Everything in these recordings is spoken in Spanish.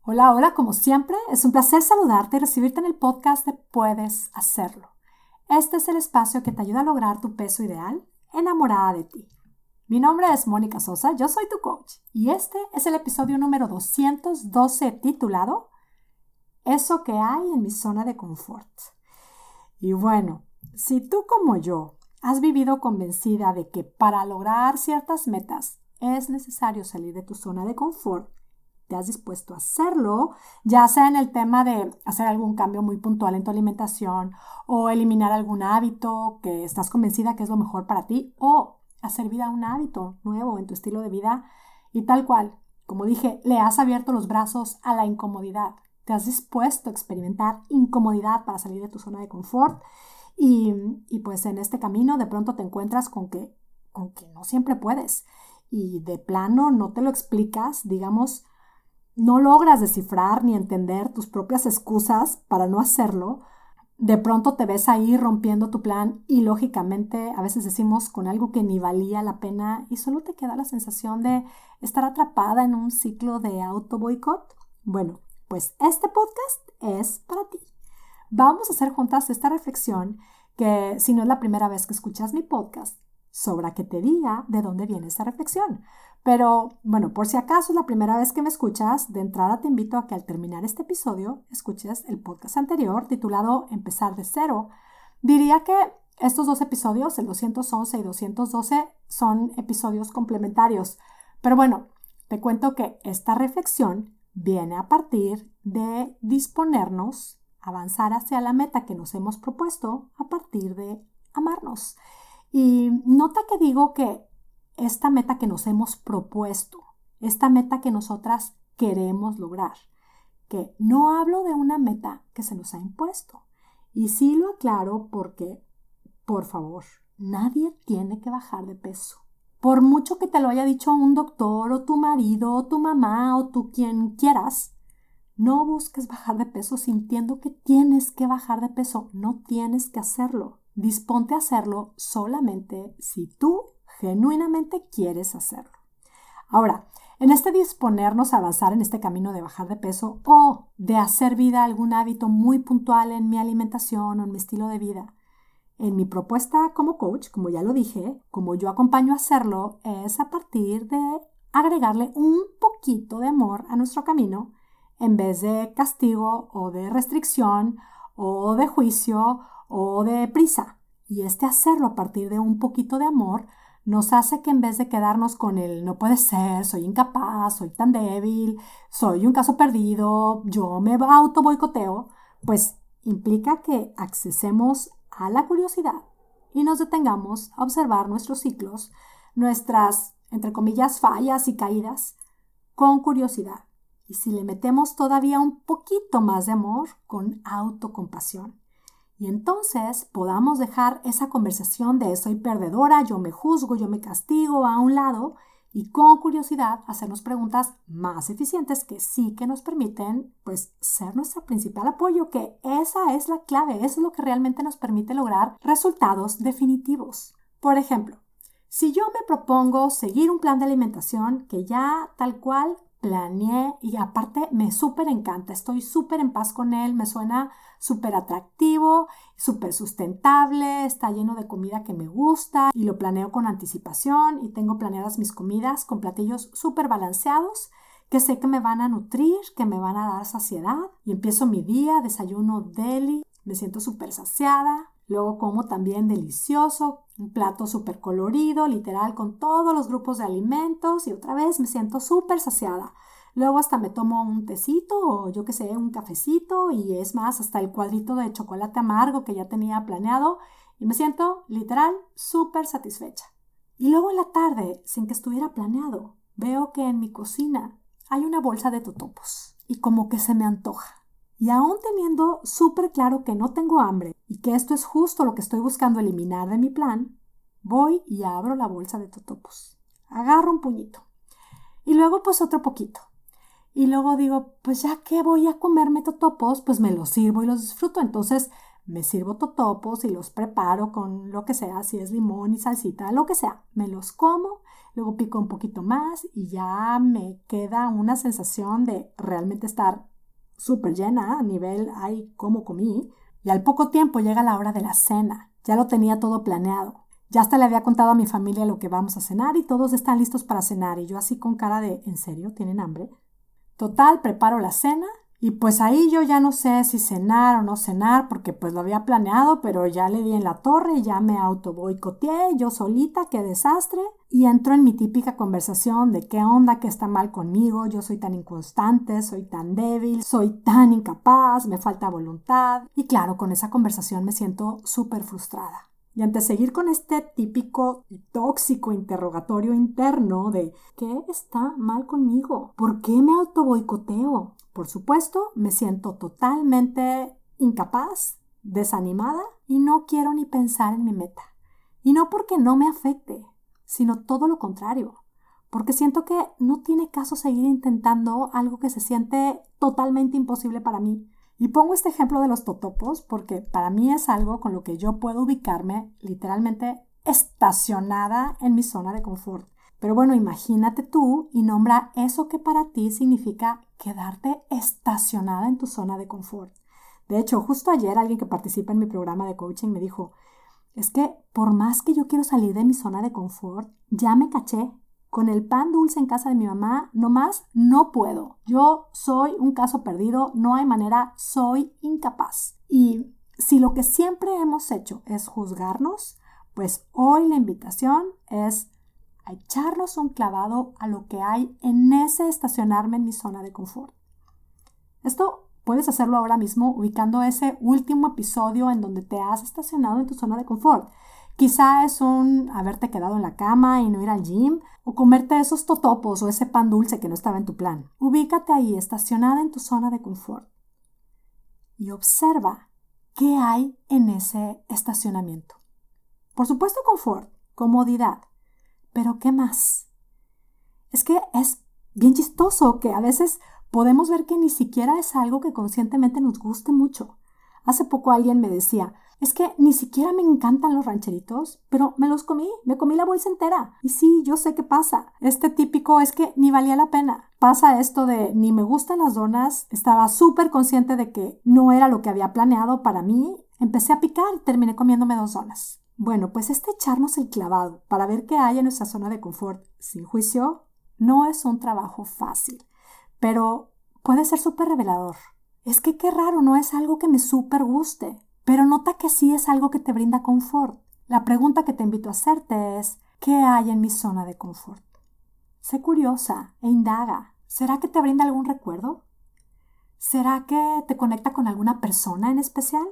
Hola, hola, como siempre, es un placer saludarte y recibirte en el podcast de Puedes Hacerlo. Este es el espacio que te ayuda a lograr tu peso ideal, enamorada de ti. Mi nombre es Mónica Sosa, yo soy tu coach y este es el episodio número 212 titulado Eso que hay en mi zona de confort. Y bueno, si tú como yo has vivido convencida de que para lograr ciertas metas es necesario salir de tu zona de confort, te has dispuesto a hacerlo, ya sea en el tema de hacer algún cambio muy puntual en tu alimentación o eliminar algún hábito que estás convencida que es lo mejor para ti o hacer vida un hábito nuevo en tu estilo de vida y tal cual, como dije, le has abierto los brazos a la incomodidad. Te has dispuesto a experimentar incomodidad para salir de tu zona de confort y pues en este camino de pronto te encuentras con que no siempre puedes y de plano no te lo explicas, digamos, no logras descifrar ni entender tus propias excusas para no hacerlo, de pronto te ves ahí rompiendo tu plan y lógicamente a veces decimos con algo que ni valía la pena y solo te queda la sensación de estar atrapada en un ciclo de auto boicot. Bueno, pues este podcast es para ti. Vamos a hacer juntas esta reflexión que si no es la primera vez que escuchas mi podcast, sobra que te diga de dónde viene esta reflexión. Pero bueno, por si acaso es la primera vez que me escuchas, de entrada te invito a que al terminar este episodio escuches el podcast anterior titulado Empezar de cero. Diría que estos dos episodios, el 211 y 212, son episodios complementarios. Pero bueno, te cuento que esta reflexión viene a partir de disponernos avanzar hacia la meta que nos hemos propuesto a partir de amarnos. Y nota que digo que esta meta que nos hemos propuesto, esta meta que nosotras queremos lograr, que no hablo de una meta que se nos ha impuesto. Y sí lo aclaro porque, por favor, nadie tiene que bajar de peso. Por mucho que te lo haya dicho un doctor o tu marido o tu mamá o tú quien quieras, no busques bajar de peso sintiendo que tienes que bajar de peso. No tienes que hacerlo. Disponte a hacerlo solamente si tú genuinamente quieres hacerlo. Ahora, en este disponernos a avanzar en este camino de bajar de peso o de hacer vida algún hábito muy puntual en mi alimentación o en mi estilo de vida, en mi propuesta como coach, como ya lo dije, como yo acompaño a hacerlo, es a partir de agregarle un poquito de amor a nuestro camino en vez de castigo o de restricción o de juicio o de prisa. Y este hacerlo a partir de un poquito de amor nos hace que en vez de quedarnos con el no puede ser, soy incapaz, soy tan débil, soy un caso perdido, yo me auto boicoteo, pues implica que accesemos a la curiosidad y nos detengamos a observar nuestros ciclos, nuestras, entre comillas, fallas y caídas con curiosidad. Y si le metemos todavía un poquito más de amor, con autocompasión. Y entonces podamos dejar esa conversación de soy perdedora, yo me juzgo, yo me castigo a un lado y con curiosidad hacernos preguntas más eficientes que sí que nos permiten pues ser nuestro principal apoyo, que esa es la clave, eso es lo que realmente nos permite lograr resultados definitivos. Por ejemplo, si yo me propongo seguir un plan de alimentación que ya tal cual planeé y aparte me súper encanta, estoy súper en paz con él, me suena súper atractivo, súper sustentable, está lleno de comida que me gusta y lo planeo con anticipación y tengo planeadas mis comidas con platillos súper balanceados que sé que me van a nutrir, que me van a dar saciedad y empiezo mi día, desayuno deli, me siento súper saciada, luego como también delicioso, un plato súper colorido, literal, con todos los grupos de alimentos y otra vez me siento súper saciada. Luego hasta me tomo un tecito o yo que sé, un cafecito y es más, hasta el cuadrito de chocolate amargo que ya tenía planeado y me siento literal súper satisfecha. Y luego en la tarde, sin que estuviera planeado, veo que en mi cocina hay una bolsa de totopos y como que se me antoja. Y aún teniendo súper claro que no tengo hambre y que esto es justo lo que estoy buscando eliminar de mi plan, voy y abro la bolsa de totopos. Agarro un puñito. Y luego pues otro poquito. Y luego digo, pues ya que voy a comerme totopos, pues me los sirvo y los disfruto. Entonces me sirvo totopos y los preparo con lo que sea, si es limón y salsita, lo que sea. Me los como, luego pico un poquito más y ya me queda una sensación de realmente estar súper llena a nivel, ay, cómo comí. Y al poco tiempo llega la hora de la cena. Ya lo tenía todo planeado. Ya hasta le había contado a mi familia lo que vamos a cenar y todos están listos para cenar. Y yo así con cara de, ¿en serio? ¿Tienen hambre? Total, preparo la cena y pues ahí yo ya no sé si cenar o no cenar porque pues lo había planeado, pero ya le di en la torre y ya me auto boicoteé yo solita, qué desastre. Y entro en mi típica conversación de qué onda, qué está mal conmigo, yo soy tan inconstante, soy tan débil, soy tan incapaz, me falta voluntad. Y claro, con esa conversación me siento súper frustrada. Y antes de seguir con este típico y tóxico interrogatorio interno de ¿qué está mal conmigo? ¿Por qué me autoboicoteo? Por supuesto, me siento totalmente incapaz, desanimada y no quiero ni pensar en mi meta. Y no porque no me afecte, sino todo lo contrario. Porque siento que no tiene caso seguir intentando algo que se siente totalmente imposible para mí. Y pongo este ejemplo de los totopos porque para mí es algo con lo que yo puedo ubicarme literalmente estacionada en mi zona de confort. Pero bueno, imagínate tú y nombra eso que para ti significa quedarte estacionada en tu zona de confort. De hecho, justo ayer alguien que participa en mi programa de coaching me dijo, es que por más que yo quiero salir de mi zona de confort, ya me caché. Con el pan dulce en casa de mi mamá, nomás no puedo. Yo soy un caso perdido, no hay manera, soy incapaz. Y si lo que siempre hemos hecho es juzgarnos, pues hoy la invitación es a echarnos un clavado a lo que hay en ese estacionarme en mi zona de confort. Esto puedes hacerlo ahora mismo ubicando ese último episodio en donde te has estacionado en tu zona de confort. Quizá es haberte quedado en la cama y no ir al gym o comerte esos totopos o ese pan dulce que no estaba en tu plan. Ubícate ahí, estacionada en tu zona de confort y observa qué hay en ese estacionamiento. Por supuesto, confort, comodidad, pero ¿qué más? Es que es bien chistoso que a veces podemos ver que ni siquiera es algo que conscientemente nos guste mucho. Hace poco alguien me decía, es que ni siquiera me encantan los rancheritos, pero me comí la bolsa entera. Y sí, yo sé qué pasa. Este típico es que ni valía la pena. Pasa esto de ni me gustan las donas, estaba súper consciente de que no era lo que había planeado para mí. Empecé a picar y terminé comiéndome 2 donas. Bueno, pues echarnos el clavado para ver qué hay en nuestra zona de confort sin juicio no es un trabajo fácil, pero puede ser súper revelador. Es que qué raro, no es algo que me súper guste, pero nota que sí es algo que te brinda confort. La pregunta que te invito a hacerte es, ¿qué hay en mi zona de confort? Sé curiosa e indaga. ¿Será que te brinda algún recuerdo? ¿Será que te conecta con alguna persona en especial?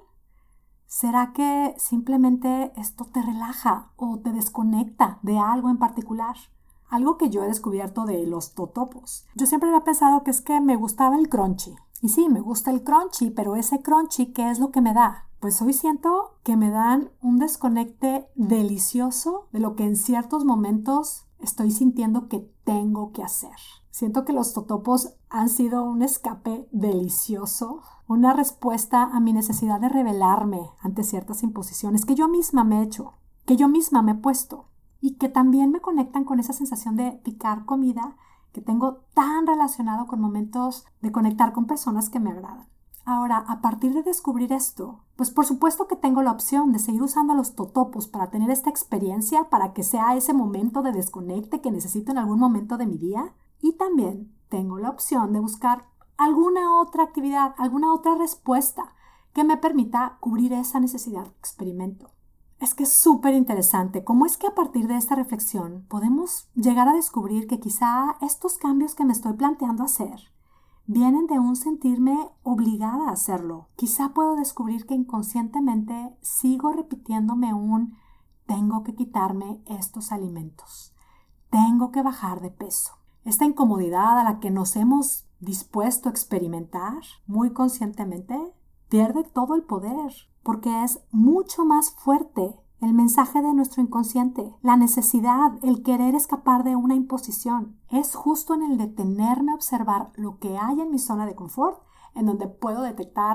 ¿Será que simplemente esto te relaja o te desconecta de algo en particular? Algo que yo he descubierto de los totopos. Yo siempre había pensado que es que me gustaba el crunchy. Y sí, me gusta el crunchy, pero ese crunchy, ¿qué es lo que me da? Pues hoy siento que me dan un desconecte delicioso de lo que en ciertos momentos estoy sintiendo que tengo que hacer. Siento que los totopos han sido un escape delicioso, una respuesta a mi necesidad de rebelarme ante ciertas imposiciones que yo misma me he hecho, que yo misma me he puesto y que también me conectan con esa sensación de picar comida que tengo tan relacionado con momentos de conectar con personas que me agradan. Ahora, a partir de descubrir esto, pues por supuesto que tengo la opción de seguir usando los totopos para tener esta experiencia, para que sea ese momento de desconecte que necesito en algún momento de mi día. Y también tengo la opción de buscar alguna otra actividad, alguna otra respuesta que me permita cubrir esa necesidad que experimento. Es que es súper interesante cómo es que a partir de esta reflexión podemos llegar a descubrir que quizá estos cambios que me estoy planteando hacer vienen de un sentirme obligada a hacerlo. Quizá puedo descubrir que inconscientemente sigo repitiéndome tengo que quitarme estos alimentos, tengo que bajar de peso. Esta incomodidad a la que nos hemos dispuesto a experimentar muy conscientemente pierde todo el poder porque es mucho más fuerte el mensaje de nuestro inconsciente, la necesidad, el querer escapar de una imposición. Es justo en el detenerme a observar lo que hay en mi zona de confort en donde puedo detectar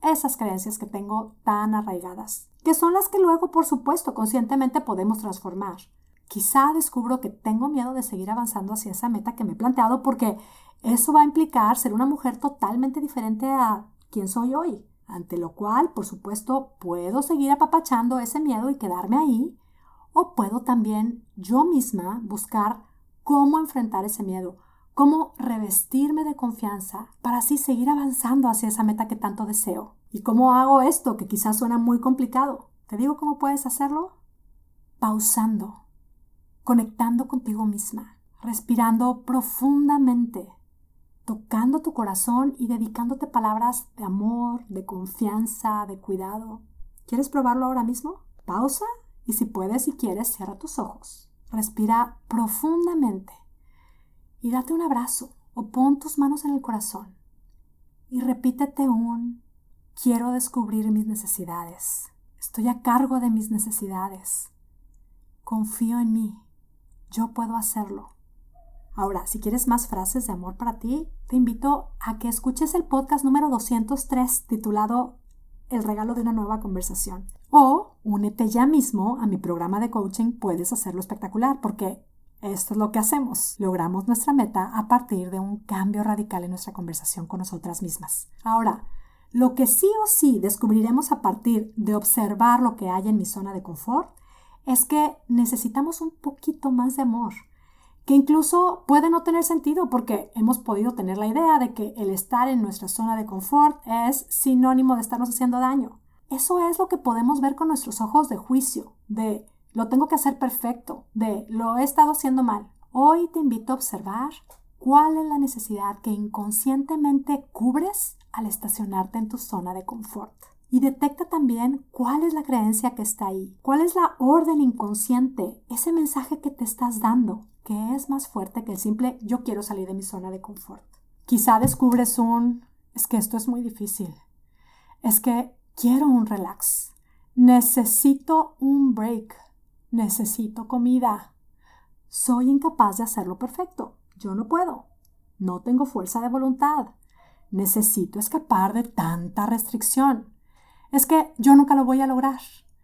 esas creencias que tengo tan arraigadas, que son las que luego, por supuesto, conscientemente podemos transformar. Quizá descubro que tengo miedo de seguir avanzando hacia esa meta que me he planteado porque eso va a implicar ser una mujer totalmente diferente a quien soy hoy, ante lo cual, por supuesto, puedo seguir apapachando ese miedo y quedarme ahí, o puedo también yo misma buscar cómo enfrentar ese miedo, cómo revestirme de confianza para así seguir avanzando hacia esa meta que tanto deseo. ¿Y cómo hago esto? Que quizás suena muy complicado. ¿Te digo cómo puedes hacerlo? Pausando, conectando contigo misma, respirando profundamente, tocando tu corazón y dedicándote palabras de amor, de confianza, de cuidado. ¿Quieres probarlo ahora mismo? Pausa y si puedes y quieres, cierra tus ojos. Respira profundamente y date un abrazo o pon tus manos en el corazón y repítete quiero descubrir mis necesidades. Estoy a cargo de mis necesidades. Confío en mí. Yo puedo hacerlo. Ahora, si quieres más frases de amor para ti, te invito a que escuches el podcast número 203 titulado El regalo de una nueva conversación. O únete ya mismo a mi programa de coaching Puedes Hacerlo Espectacular, porque esto es lo que hacemos. Logramos nuestra meta a partir de un cambio radical en nuestra conversación con nosotras mismas. Ahora, lo que sí o sí descubriremos a partir de observar lo que hay en mi zona de confort es que necesitamos un poquito más de amor, que incluso puede no tener sentido porque hemos podido tener la idea de que el estar en nuestra zona de confort es sinónimo de estarnos haciendo daño. Eso es lo que podemos ver con nuestros ojos de juicio, de lo tengo que hacer perfecto, de lo he estado haciendo mal. Hoy te invito a observar cuál es la necesidad que inconscientemente cubres al estacionarte en tu zona de confort. Y detecta también cuál es la creencia que está ahí, cuál es la orden inconsciente, ese mensaje que te estás dando, que es más fuerte que el simple yo quiero salir de mi zona de confort. Quizá descubres es que esto es muy difícil, es que quiero un relax, necesito un break, necesito comida, soy incapaz de hacerlo perfecto, yo no puedo, no tengo fuerza de voluntad, necesito escapar de tanta restricción. Es que yo nunca lo voy a lograr.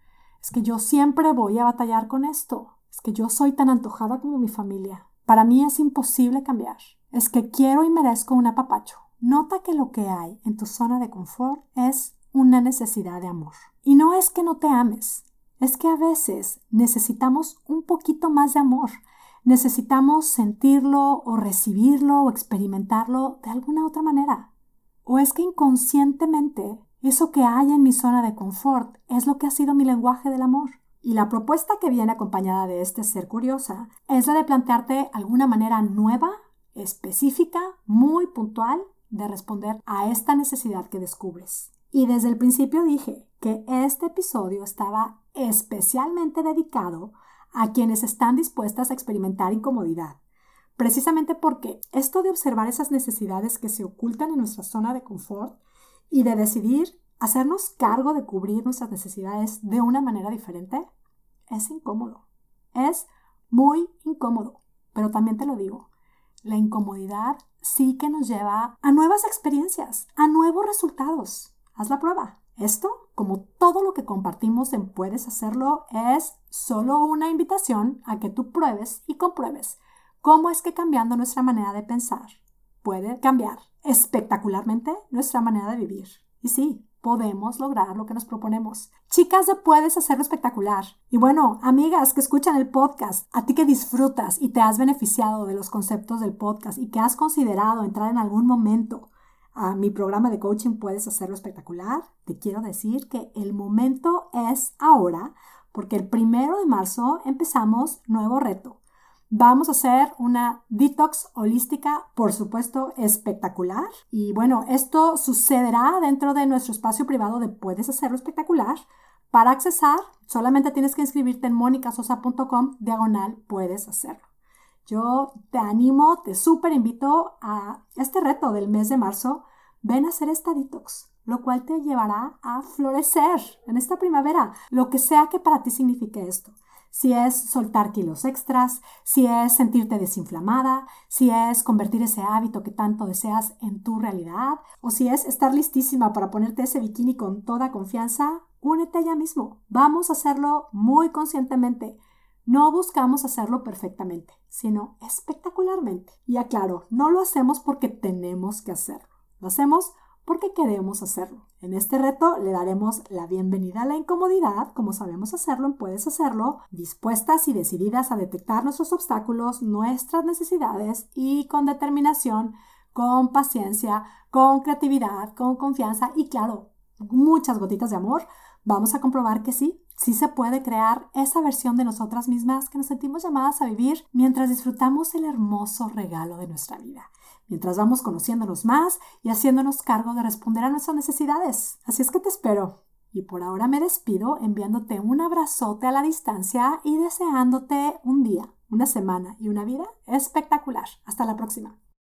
Es que yo siempre voy a batallar con esto. Es que yo soy tan antojada como mi familia. Para mí es imposible cambiar. Es que quiero y merezco un apapacho. Nota que lo que hay en tu zona de confort es una necesidad de amor. Y no es que no te ames. Es que a veces necesitamos un poquito más de amor. Necesitamos sentirlo o recibirlo o experimentarlo de alguna otra manera. O es que inconscientemente eso que hay en mi zona de confort es lo que ha sido mi lenguaje del amor. Y la propuesta que viene acompañada de este ser curiosa es la de plantearte alguna manera nueva, específica, muy puntual de responder a esta necesidad que descubres. Y desde el principio dije que este episodio estaba especialmente dedicado a quienes están dispuestas a experimentar incomodidad. Precisamente porque esto de observar esas necesidades que se ocultan en nuestra zona de confort y de decidir hacernos cargo de cubrir nuestras necesidades de una manera diferente, es incómodo. Es muy incómodo. Pero también te lo digo, la incomodidad sí que nos lleva a nuevas experiencias, a nuevos resultados. Haz la prueba. Esto, como todo lo que compartimos en Puedes Hacerlo, es solo una invitación a que tú pruebes y compruebes cómo es que cambiando nuestra manera de pensar puede cambiar espectacularmente nuestra manera de vivir. Y sí, podemos lograr lo que nos proponemos. Chicas de Puedes Hacerlo Espectacular. Y bueno, amigas que escuchan el podcast, a ti que disfrutas y te has beneficiado de los conceptos del podcast y que has considerado entrar en algún momento a mi programa de coaching Puedes Hacerlo Espectacular, te quiero decir que el momento es ahora, porque el 1 de marzo empezamos nuevo reto. Vamos a hacer una detox holística, por supuesto, espectacular. Y bueno, esto sucederá dentro de nuestro espacio privado de Puedes Hacerlo Espectacular. Para accesar, solamente tienes que inscribirte en monicasosa.com/puedes hacerlo. Yo te animo, te súper invito a este reto del mes de marzo. Ven a hacer esta detox, lo cual te llevará a florecer en esta primavera, lo que sea que para ti signifique esto. si es soltar kilos extras, si es sentirte desinflamada, si es convertir ese hábito que tanto deseas en tu realidad, o si es estar listísima para ponerte ese bikini con toda confianza, únete ya mismo. Vamos a hacerlo muy conscientemente. No buscamos hacerlo perfectamente, sino espectacularmente. Y aclaro, no lo hacemos porque tenemos que hacerlo. Lo hacemos porque queremos hacerlo. En este reto le daremos la bienvenida a la incomodidad, como sabemos hacerlo en Puedes Hacerlo, dispuestas y decididas a detectar nuestros obstáculos, nuestras necesidades y con determinación, con paciencia, con creatividad, con confianza y claro, muchas gotitas de amor, vamos a comprobar que sí se puede crear esa versión de nosotras mismas que nos sentimos llamadas a vivir mientras disfrutamos el hermoso regalo de nuestra vida. Mientras vamos conociéndonos más y haciéndonos cargo de responder a nuestras necesidades. Así es que te espero. Y por ahora me despido enviándote un abrazote a la distancia y deseándote un día, una semana y una vida espectacular. Hasta la próxima.